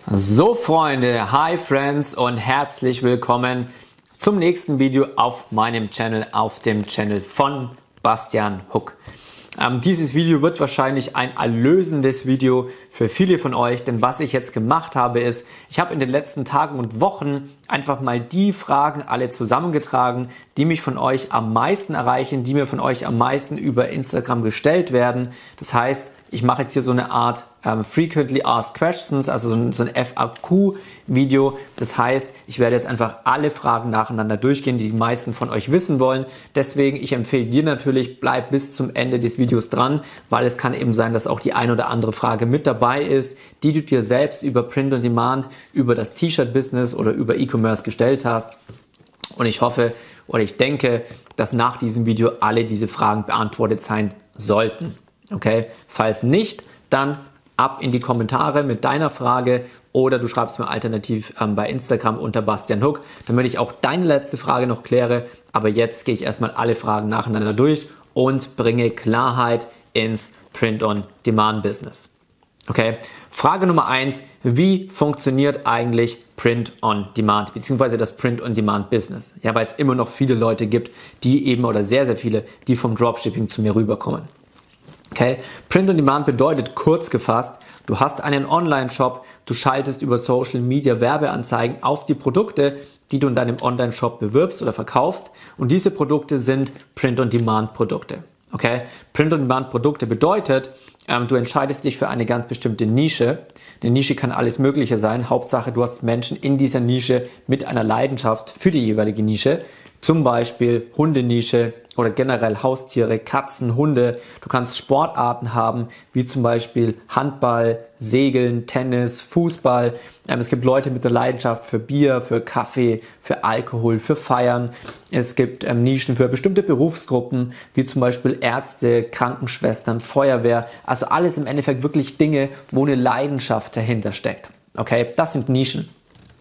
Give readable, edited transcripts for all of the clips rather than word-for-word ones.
So Freunde, hi Friends und herzlich willkommen zum nächsten Video auf meinem Channel, auf dem Channel von Bastian Huck. Dieses Video wird wahrscheinlich ein erlösendes Video für viele von euch, denn was ich jetzt gemacht habe ist, ich habe in den letzten Tagen und Wochen einfach mal die Fragen alle zusammengetragen, die mich von euch am meisten erreichen, die mir von euch am meisten über Instagram gestellt werden. Das heißt, ich mache jetzt hier so eine Art Frequently Asked Questions, also so ein FAQ-Video. Das heißt, ich werde jetzt einfach alle Fragen nacheinander durchgehen, die die meisten von euch wissen wollen. Deswegen, ich empfehle dir natürlich, bleib bis zum Ende des Videos dran, weil es kann eben sein, dass auch die ein oder andere Frage mit dabei ist, die du dir selbst über Print on Demand, über das T-Shirt-Business oder über E-Commerce gestellt hast. Und ich hoffe oder ich denke, dass nach diesem Video alle diese Fragen beantwortet sein sollten. Okay? Falls nicht, dann ab in die Kommentare mit deiner Frage oder du schreibst mir alternativ bei Instagram unter Bastian Huck, damit ich auch deine letzte Frage noch kläre. Aber jetzt gehe ich erstmal alle Fragen nacheinander durch und bringe Klarheit ins Print-on-Demand-Business. Okay? Frage Nummer 1, wie funktioniert eigentlich Print-on-Demand bzw. das Print-on-Demand-Business? Ja, weil es immer noch viele Leute gibt, die eben oder sehr, sehr viele, die vom Dropshipping zu mir rüberkommen. Okay, Print on Demand bedeutet kurz gefasst, du hast einen Online-Shop, du schaltest über Social Media Werbeanzeigen auf die Produkte, die du in deinem Online-Shop bewirbst oder verkaufst, und diese Produkte sind Print on Demand Produkte. Okay, Print on Demand Produkte bedeutet, du entscheidest dich für eine ganz bestimmte Nische. Eine Nische kann alles Mögliche sein. Hauptsache, du hast Menschen in dieser Nische mit einer Leidenschaft für die jeweilige Nische. Zum Beispiel Hundenische oder generell Haustiere, Katzen, Hunde. Du kannst Sportarten haben, wie zum Beispiel Handball, Segeln, Tennis, Fußball. Es gibt Leute mit der Leidenschaft für Bier, für Kaffee, für Alkohol, für Feiern. Es gibt Nischen für bestimmte Berufsgruppen, wie zum Beispiel Ärzte, Krankenschwestern, Feuerwehr. Also alles im Endeffekt wirklich Dinge, wo eine Leidenschaft dahinter steckt. Okay, das sind Nischen.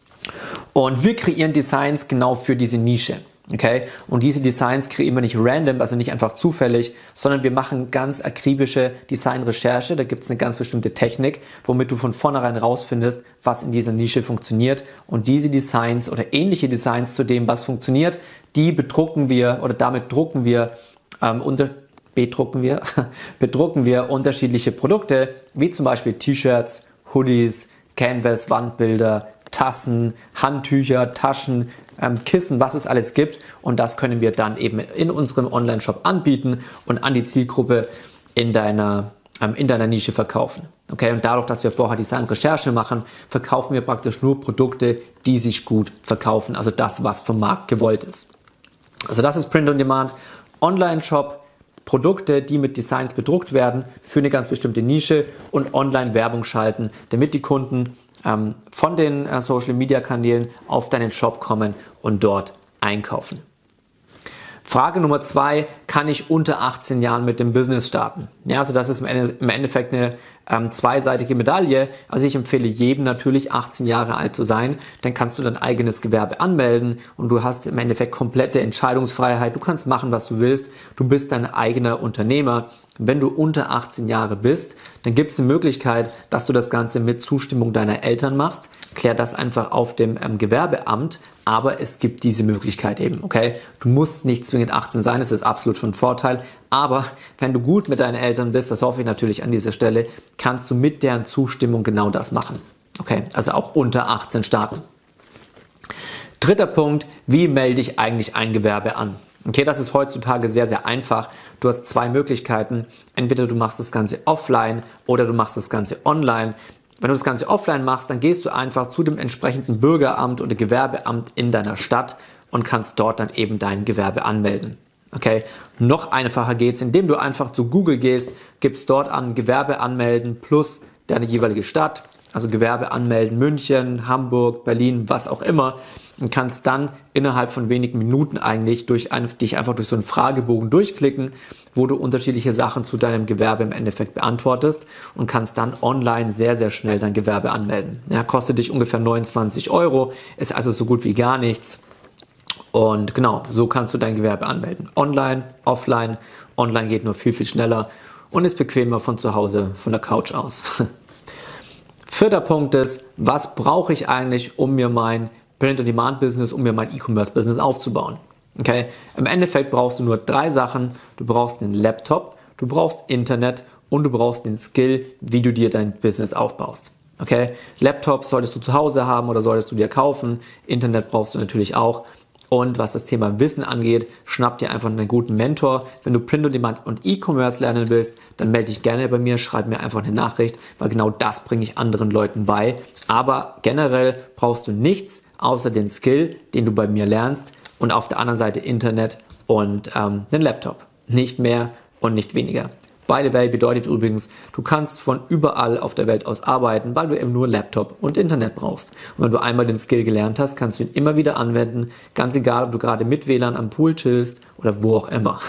Und wir kreieren Designs genau für diese Nische. Okay, und diese Designs kreieren wir nicht random, also nicht einfach zufällig, sondern wir machen ganz akribische Designrecherche. Da gibt es eine ganz bestimmte Technik, womit du von vornherein rausfindest, was in dieser Nische funktioniert. Und diese Designs oder ähnliche Designs zu dem, was funktioniert, die bedrucken wir oder damit bedrucken wir unterschiedliche Produkte, wie zum Beispiel T-Shirts, Hoodies, Canvas, Wandbilder, Tassen, Handtücher, Taschen, Kissen, was es alles gibt, und das können wir dann eben in unserem Online-Shop anbieten und an die Zielgruppe in deiner Nische verkaufen. Okay, und dadurch, dass wir vorher Design-Recherche machen, verkaufen wir praktisch nur Produkte, die sich gut verkaufen, also das, was vom Markt gewollt ist. Also das ist Print on Demand, Online-Shop, Produkte, die mit Designs bedruckt werden für eine ganz bestimmte Nische und Online-Werbung schalten, damit die Kunden von den Social-Media-Kanälen auf deinen Shop kommen und dort einkaufen. Frage Nummer 2, kann ich unter 18 Jahren mit dem Business starten? Ja, also das ist im Endeffekt eine zweiseitige Medaille. Also ich empfehle jedem natürlich 18 Jahre alt zu sein, dann kannst du dein eigenes Gewerbe anmelden und du hast im Endeffekt komplette Entscheidungsfreiheit. Du kannst machen, was du willst. Du bist dein eigener Unternehmer. Wenn du unter 18 Jahre bist, dann gibt es eine Möglichkeit, dass du das Ganze mit Zustimmung deiner Eltern machst. Klär das einfach auf dem Gewerbeamt, aber es gibt diese Möglichkeit eben, okay? Du musst nicht zwingend 18 sein, das ist absolut von Vorteil, aber wenn du gut mit deinen Eltern bist, das hoffe ich natürlich an dieser Stelle, kannst du mit deren Zustimmung genau das machen, okay? Also auch unter 18 starten. Dritter Punkt, wie melde ich eigentlich ein Gewerbe an? Okay, das ist heutzutage sehr, sehr einfach. Du hast zwei Möglichkeiten. Entweder du machst das Ganze offline oder du machst das Ganze online. Wenn du das Ganze offline machst, dann gehst du einfach zu dem entsprechenden Bürgeramt oder Gewerbeamt in deiner Stadt und kannst dort dann eben dein Gewerbe anmelden. Okay, noch einfacher geht's, indem du einfach zu Google gehst, gibst dort an Gewerbe anmelden plus deine jeweilige Stadt, also Gewerbe anmelden München, Hamburg, Berlin, was auch immer, und kannst dann innerhalb von wenigen Minuten eigentlich dich einfach durch so einen Fragebogen durchklicken, wo du unterschiedliche Sachen zu deinem Gewerbe im Endeffekt beantwortest und kannst dann online sehr, sehr schnell dein Gewerbe anmelden. Ja, kostet dich ungefähr 29 €, ist also so gut wie gar nichts. Und genau, so kannst du dein Gewerbe anmelden. Online, offline. Online geht nur viel, viel schneller und ist bequemer von zu Hause, von der Couch aus. Vierter Punkt ist, was brauche ich eigentlich, um mir mein Print-on-Demand-Business, um mir mein E-Commerce-Business aufzubauen? Okay? Im Endeffekt brauchst du nur 3 Sachen. Du brauchst einen Laptop, du brauchst Internet und du brauchst den Skill, wie du dir dein Business aufbaust. Okay? Laptop solltest du zu Hause haben oder solltest du dir kaufen. Internet brauchst du natürlich auch. Und was das Thema Wissen angeht, schnapp dir einfach einen guten Mentor. Wenn du Print-on-Demand und E-Commerce lernen willst, dann melde dich gerne bei mir, schreib mir einfach eine Nachricht, weil genau das bringe ich anderen Leuten bei. Aber generell brauchst du nichts außer den Skill, den du bei mir lernst und auf der anderen Seite Internet und einen Laptop. Nicht mehr und nicht weniger. By the way bedeutet übrigens, du kannst von überall auf der Welt aus arbeiten, weil du eben nur Laptop und Internet brauchst. Und wenn du einmal den Skill gelernt hast, kannst du ihn immer wieder anwenden, ganz egal, ob du gerade mit WLAN am Pool chillst oder wo auch immer.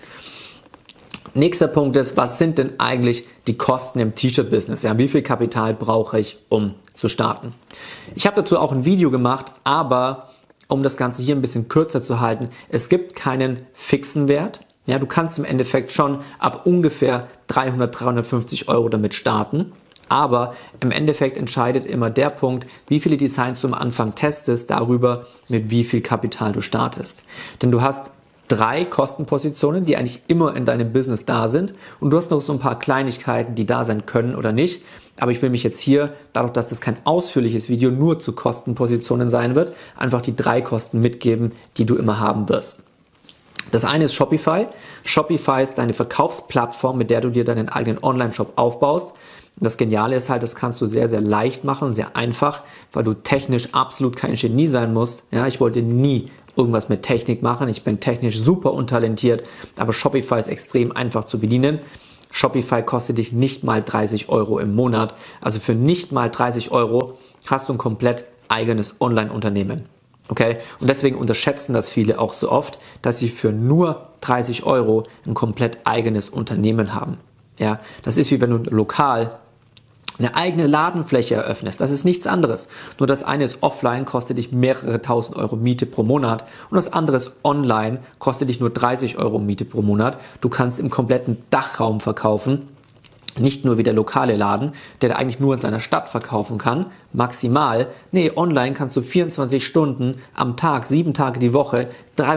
Nächster Punkt ist, was sind denn eigentlich die Kosten im T-Shirt-Business? Ja, wie viel Kapital brauche ich, um zu starten? Ich habe dazu auch ein Video gemacht, aber um das Ganze hier ein bisschen kürzer zu halten, es gibt keinen fixen Wert. Ja, du kannst im Endeffekt schon ab ungefähr 300, 350 Euro damit starten. Aber im Endeffekt entscheidet immer der Punkt, wie viele Designs du am Anfang testest, darüber, mit wie viel Kapital du startest. Denn du hast 3 Kostenpositionen, die eigentlich immer in deinem Business da sind. Und du hast noch so ein paar Kleinigkeiten, die da sein können oder nicht. Aber ich will mich jetzt hier, dadurch, dass das kein ausführliches Video nur zu Kostenpositionen sein wird, einfach die 3 Kosten mitgeben, die du immer haben wirst. Das eine ist Shopify. Shopify ist deine Verkaufsplattform, mit der du dir deinen eigenen Online-Shop aufbaust. Das Geniale ist halt, das kannst du sehr, sehr leicht machen, sehr einfach, weil du technisch absolut kein Genie sein musst. Ja, ich wollte nie irgendwas mit Technik machen. Ich bin technisch super untalentiert, aber Shopify ist extrem einfach zu bedienen. Shopify kostet dich nicht mal 30 Euro im Monat. Also für nicht mal 30 Euro hast du ein komplett eigenes Online-Unternehmen. Okay? Und deswegen unterschätzen das viele auch so oft, dass sie für nur 30 Euro ein komplett eigenes Unternehmen haben. Ja? Das ist wie wenn du lokal eine eigene Ladenfläche eröffnest. Das ist nichts anderes. Nur das eine ist offline, kostet dich mehrere tausend Euro Miete pro Monat und das andere ist online, kostet dich nur 30 Euro Miete pro Monat. Du kannst im kompletten Dachraum verkaufen. Nicht nur wie der lokale Laden, der eigentlich nur in seiner Stadt verkaufen kann, maximal. Nee, online kannst du 24 Stunden am Tag, 7 Tage die Woche,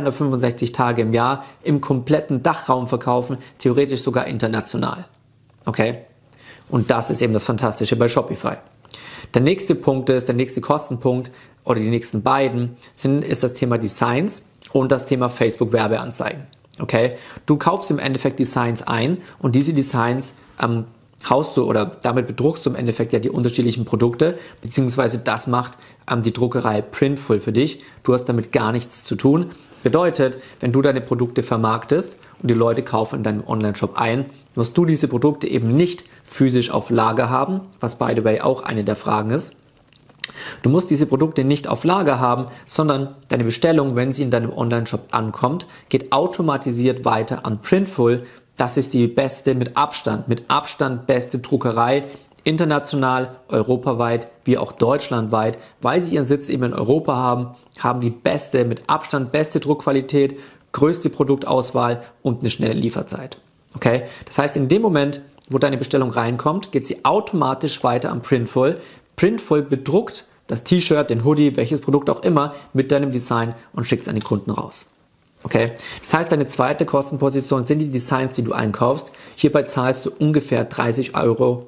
365 Tage im Jahr im kompletten Dachraum verkaufen, theoretisch sogar international. Okay? Und das ist eben das Fantastische bei Shopify. Der nächste Punkt ist, der nächste Kostenpunkt oder die nächsten beiden ist das Thema Designs und das Thema Facebook-Werbeanzeigen. Okay, du kaufst im Endeffekt Designs ein und diese Designs haust du oder damit bedruckst du im Endeffekt ja die unterschiedlichen Produkte, beziehungsweise das macht die Druckerei Printful für dich. Du hast damit gar nichts zu tun. Bedeutet, wenn du deine Produkte vermarktest und die Leute kaufen in deinem Online-Shop ein, musst du diese Produkte eben nicht physisch auf Lager haben, was by the way auch eine der Fragen ist. Du musst diese Produkte nicht auf Lager haben, sondern deine Bestellung, wenn sie in deinem Online-Shop ankommt, geht automatisiert weiter an Printful. Das ist die beste mit Abstand beste Druckerei, international, europaweit, wie auch deutschlandweit, weil sie ihren Sitz eben in Europa haben die beste, mit Abstand beste Druckqualität, größte Produktauswahl und eine schnelle Lieferzeit. Okay? Das heißt, in dem Moment, wo deine Bestellung reinkommt, geht sie automatisch weiter an Printful. Printful bedruckt das T-Shirt, den Hoodie, welches Produkt auch immer mit deinem Design und schickt es an die Kunden raus. Okay? Das heißt, deine zweite Kostenposition sind die Designs, die du einkaufst. Hierbei zahlst du ungefähr 30 Euro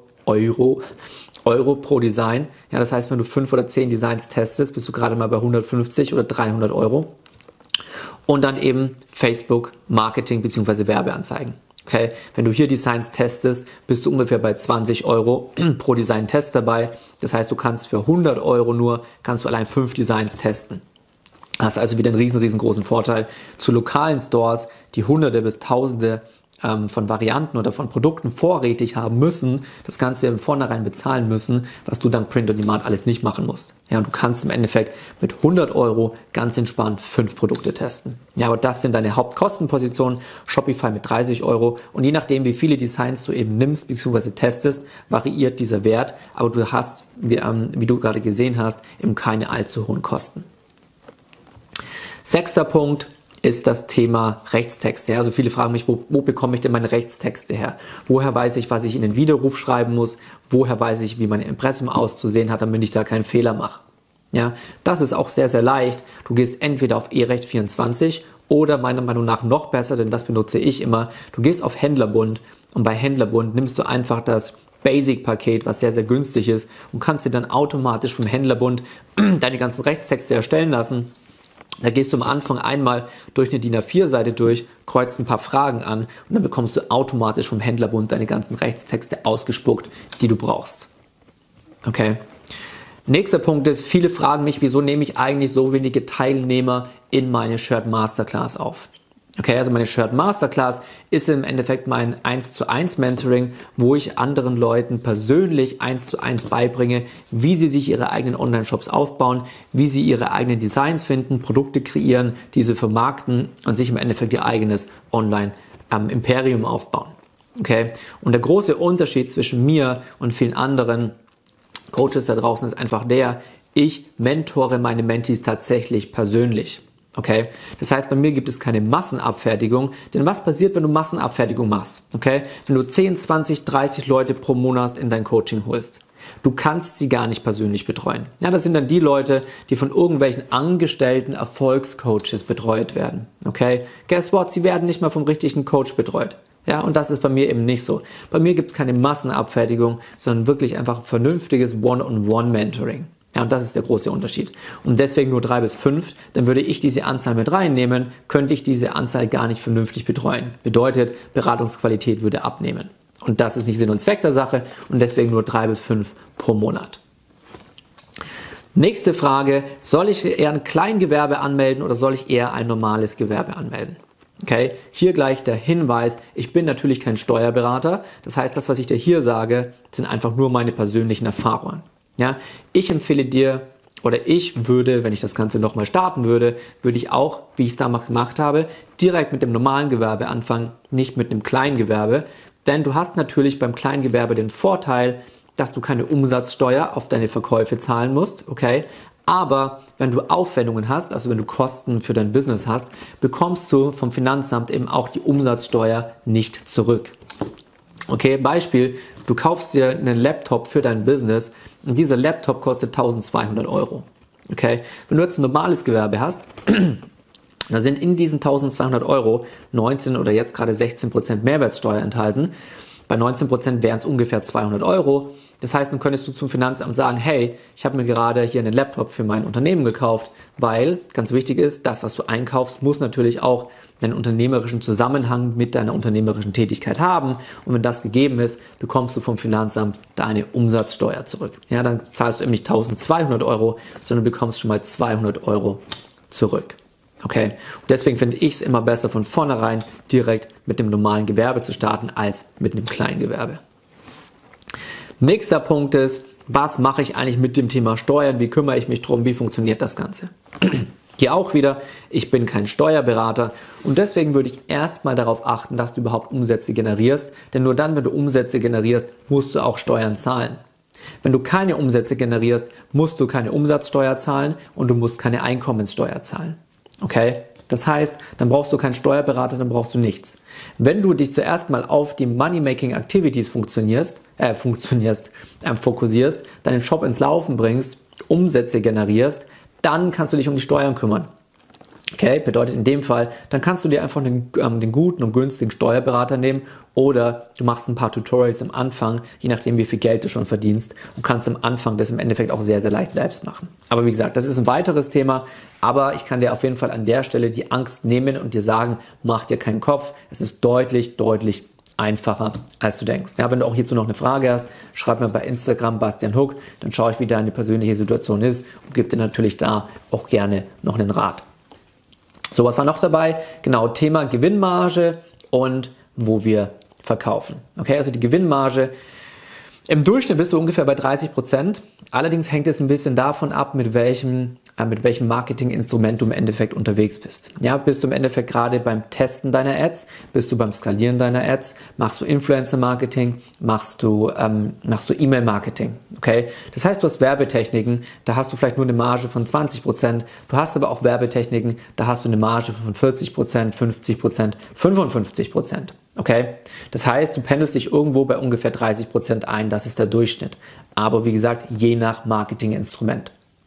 pro Design. Ja, das heißt, wenn du 5 oder 10 Designs testest, bist du gerade mal bei 150 oder 300 Euro. Und dann eben Facebook, Marketing bzw. Werbeanzeigen. Okay, wenn du hier Designs testest, bist du ungefähr bei 20 Euro pro Design-Test dabei. Das heißt, du kannst für 100 Euro nur, kannst du allein 5 Designs testen. Hast also wieder einen riesengroßen Vorteil zu lokalen Stores, die Hunderte bis Tausende von Varianten oder von Produkten vorrätig haben müssen, das Ganze im Vornherein bezahlen müssen, was du dank Print on Demand alles nicht machen musst. Ja, und du kannst im Endeffekt mit 100 Euro ganz entspannt 5 Produkte testen. Ja, aber das sind deine Hauptkostenpositionen, Shopify mit 30 Euro und je nachdem, wie viele Designs du eben nimmst bzw. testest, variiert dieser Wert, aber du hast, wie du gerade gesehen hast, eben keine allzu hohen Kosten. 6. Punkt ist das Thema Rechtstexte. Also viele fragen mich, wo bekomme ich denn meine Rechtstexte her? Woher weiß ich, was ich in den Widerruf schreiben muss? Woher weiß ich, wie mein Impressum auszusehen hat, damit ich da keinen Fehler mache? Ja, das ist auch sehr, sehr leicht. Du gehst entweder auf eRecht24 oder meiner Meinung nach noch besser, denn das benutze ich immer. Du gehst auf Händlerbund und bei Händlerbund nimmst du einfach das Basic-Paket, was sehr, sehr günstig ist und kannst dir dann automatisch vom Händlerbund deine ganzen Rechtstexte erstellen lassen. Da gehst du am Anfang einmal durch eine DIN A4-Seite durch, kreuzt ein paar Fragen an und dann bekommst du automatisch vom Händlerbund deine ganzen Rechtstexte ausgespuckt, die du brauchst. Okay. Nächster Punkt ist, viele fragen mich, wieso nehme ich eigentlich so wenige Teilnehmer in meine Shirt Masterclass auf? Okay, also meine Shirt Masterclass ist im Endeffekt mein 1:1 Mentoring, wo ich anderen Leuten persönlich 1:1 beibringe, wie sie sich ihre eigenen Online-Shops aufbauen, wie sie ihre eigenen Designs finden, Produkte kreieren, diese vermarkten und sich im Endeffekt ihr eigenes Online-Imperium aufbauen. Okay, und der große Unterschied zwischen mir und vielen anderen Coaches da draußen ist einfach der, ich mentore meine Mentees tatsächlich persönlich. Okay, das heißt, bei mir gibt es keine Massenabfertigung, denn was passiert, wenn du Massenabfertigung machst? Okay, wenn du 10, 20, 30 Leute pro Monat in dein Coaching holst. Du kannst sie gar nicht persönlich betreuen. Ja, das sind dann die Leute, die von irgendwelchen angestellten Erfolgscoaches betreut werden. Okay, guess what? Sie werden nicht mal vom richtigen Coach betreut. Ja, und das ist bei mir eben nicht so. Bei mir gibt es keine Massenabfertigung, sondern wirklich einfach vernünftiges One-on-One-Mentoring. Ja, und das ist der große Unterschied. Und deswegen nur 3 bis 5, dann würde ich diese Anzahl mit reinnehmen, könnte ich diese Anzahl gar nicht vernünftig betreuen. Bedeutet, Beratungsqualität würde abnehmen. Und das ist nicht Sinn und Zweck der Sache und deswegen nur 3 bis 5 pro Monat. Nächste Frage, soll ich eher ein Kleingewerbe anmelden oder soll ich eher ein normales Gewerbe anmelden? Okay, hier gleich der Hinweis, ich bin natürlich kein Steuerberater, das heißt, das, was ich dir hier sage, sind einfach nur meine persönlichen Erfahrungen. Ja, ich empfehle dir, oder ich würde, wenn ich das Ganze nochmal starten würde, würde ich auch, wie ich es damals gemacht habe, direkt mit dem normalen Gewerbe anfangen, nicht mit einem Kleingewerbe. Denn du hast natürlich beim Kleingewerbe den Vorteil, dass du keine Umsatzsteuer auf deine Verkäufe zahlen musst, okay? Aber wenn du Aufwendungen hast, also wenn du Kosten für dein Business hast, bekommst du vom Finanzamt eben auch die Umsatzsteuer nicht zurück. Okay, Beispiel, du kaufst dir einen Laptop für dein Business und dieser Laptop kostet 1.200 Euro. Okay, wenn du jetzt ein normales Gewerbe hast, da sind in diesen 1.200 Euro 19 oder jetzt gerade 16% Mehrwertsteuer enthalten. Bei 19% wären es ungefähr 200 Euro. Das heißt, dann könntest du zum Finanzamt sagen, hey, ich habe mir gerade hier einen Laptop für mein Unternehmen gekauft, weil, ganz wichtig ist, das, was du einkaufst, muss natürlich auch einen unternehmerischen Zusammenhang mit deiner unternehmerischen Tätigkeit haben. Und wenn das gegeben ist, bekommst du vom Finanzamt deine Umsatzsteuer zurück. Ja, dann zahlst du eben nicht 1.200 Euro, sondern bekommst schon mal 200 Euro zurück. Okay, und deswegen finde ich es immer besser, von vornherein direkt mit dem normalen Gewerbe zu starten, als mit einem Kleingewerbe. Nächster Punkt ist, was mache ich eigentlich mit dem Thema Steuern? Wie kümmere ich mich drum? Wie funktioniert das Ganze? Hier auch wieder, ich bin kein Steuerberater und deswegen würde ich erstmal darauf achten, dass du überhaupt Umsätze generierst, denn nur dann, wenn du Umsätze generierst, musst du auch Steuern zahlen. Wenn du keine Umsätze generierst, musst du keine Umsatzsteuer zahlen und du musst keine Einkommenssteuer zahlen. Okay? Das heißt, dann brauchst du keinen Steuerberater, dann brauchst du nichts. Wenn du dich zuerst mal auf die Money-Making Activities fokussierst, deinen Shop ins Laufen bringst, Umsätze generierst, dann kannst du dich um die Steuern kümmern. Okay, bedeutet in dem Fall, dann kannst du dir einfach den guten und günstigen Steuerberater nehmen oder du machst ein paar Tutorials am Anfang, je nachdem wie viel Geld du schon verdienst und kannst am Anfang das im Endeffekt auch sehr, sehr leicht selbst machen. Aber wie gesagt, das ist ein weiteres Thema, aber ich kann dir auf jeden Fall an der Stelle die Angst nehmen und dir sagen, mach dir keinen Kopf, es ist deutlich, deutlich einfacher, als du denkst. Ja, wenn du auch hierzu noch eine Frage hast, schreib mir bei Instagram Bastian Huck, dann schaue ich, wie deine persönliche Situation ist und gebe dir natürlich da auch gerne noch einen Rat. So, was war noch dabei? Genau, Thema Gewinnmarge und wo wir verkaufen. Okay, also die Gewinnmarge. Im Durchschnitt bist du ungefähr bei 30%. Allerdings hängt es ein bisschen davon ab, mit welchem mit welchem Marketinginstrument du im Endeffekt unterwegs bist. Ja, bist du im Endeffekt gerade beim Testen deiner Ads, bist du beim Skalieren deiner Ads, machst du Influencer-Marketing, machst du E-Mail-Marketing, okay? Das heißt, du hast Werbetechniken, da hast du vielleicht nur eine Marge von 20%, du hast aber auch Werbetechniken, da hast du eine Marge von 40%, 50%, 55%, okay? Das heißt, du pendelst dich irgendwo bei ungefähr 30% ein, das ist der Durchschnitt. Aber wie gesagt, je nach Marketinginstrument.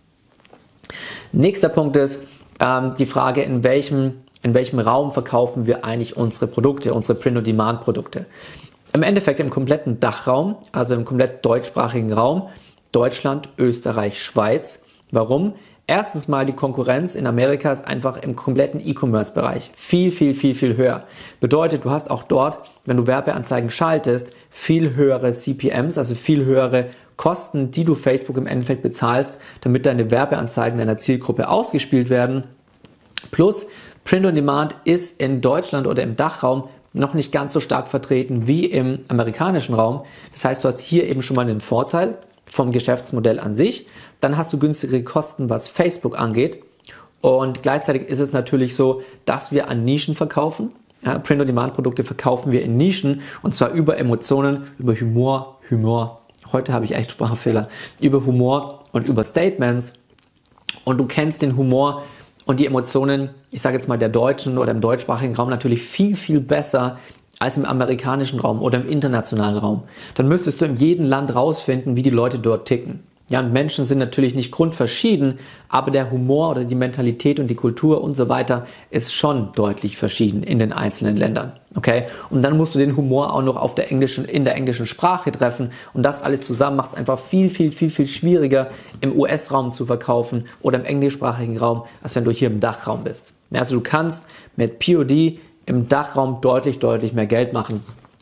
Nächster Punkt ist die Frage, in welchem Raum verkaufen wir eigentlich unsere Produkte, unsere Print-on-Demand-Produkte. Im Endeffekt im kompletten Dachraum, also im komplett deutschsprachigen Raum, Deutschland, Österreich, Schweiz. Warum? Erstens mal, die Konkurrenz in Amerika ist einfach im kompletten E-Commerce-Bereich viel höher. Bedeutet, du hast auch dort, wenn du Werbeanzeigen schaltest, viel höhere CPMs, also viel höhere Kosten, die du Facebook im Endeffekt bezahlst, damit deine Werbeanzeigen deiner Zielgruppe ausgespielt werden. Plus, Print on Demand ist in Deutschland oder im Dachraum noch nicht ganz so stark vertreten wie im amerikanischen Raum. Das heißt, du hast hier eben schon mal einen Vorteil vom Geschäftsmodell an sich. Dann hast du günstigere Kosten, was Facebook angeht. Und gleichzeitig ist es natürlich so, dass wir an Nischen verkaufen. Ja, Print-on-Demand-Produkte verkaufen wir in Nischen, und zwar über Emotionen, über Humor. Heute habe ich echt Sprachfehler. Über Humor und über Statements. Und du kennst den Humor und die Emotionen, ich sage jetzt mal der Deutschen oder im deutschsprachigen Raum natürlich viel besser als im amerikanischen Raum oder im internationalen Raum. Dann müsstest du in jedem Land rausfinden, wie die Leute dort ticken. Ja, und Menschen sind natürlich nicht grundverschieden, aber der Humor oder die Mentalität und die Kultur und so weiter ist schon deutlich verschieden in den einzelnen Ländern. Okay? Und dann musst du den Humor auch noch in der englischen Sprache treffen, und das alles zusammen macht es einfach viel schwieriger im US-Raum zu verkaufen oder im englischsprachigen Raum, als wenn du hier im Dachraum bist. Ja, also du kannst mit POD im Dachraum deutlich mehr Geld machen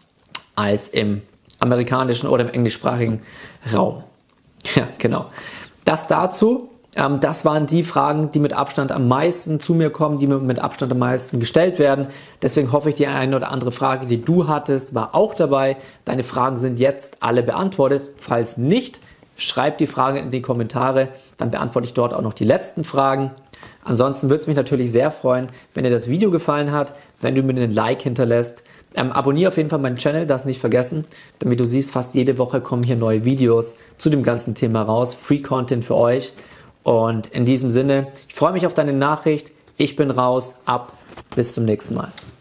als im amerikanischen oder im englischsprachigen Raum. Ja, genau. Das dazu. Das waren die Fragen, die mit Abstand am meisten zu mir kommen, die mir mit Abstand am meisten gestellt werden. Deswegen hoffe ich, die eine oder andere Frage, die du hattest, war auch dabei. Deine Fragen sind jetzt alle beantwortet. Falls nicht, schreib die Frage in die Kommentare, dann beantworte ich dort auch noch die letzten Fragen. Ansonsten würde es mich natürlich sehr freuen, wenn dir das Video gefallen hat, wenn du mir einen Like hinterlässt. Abonniere auf jeden Fall meinen Channel, das nicht vergessen, damit du siehst, fast jede Woche kommen hier neue Videos zu dem ganzen Thema raus. Free Content für euch. Und in diesem Sinne, ich freue mich auf deine Nachricht. Ich bin raus. Bis zum nächsten Mal.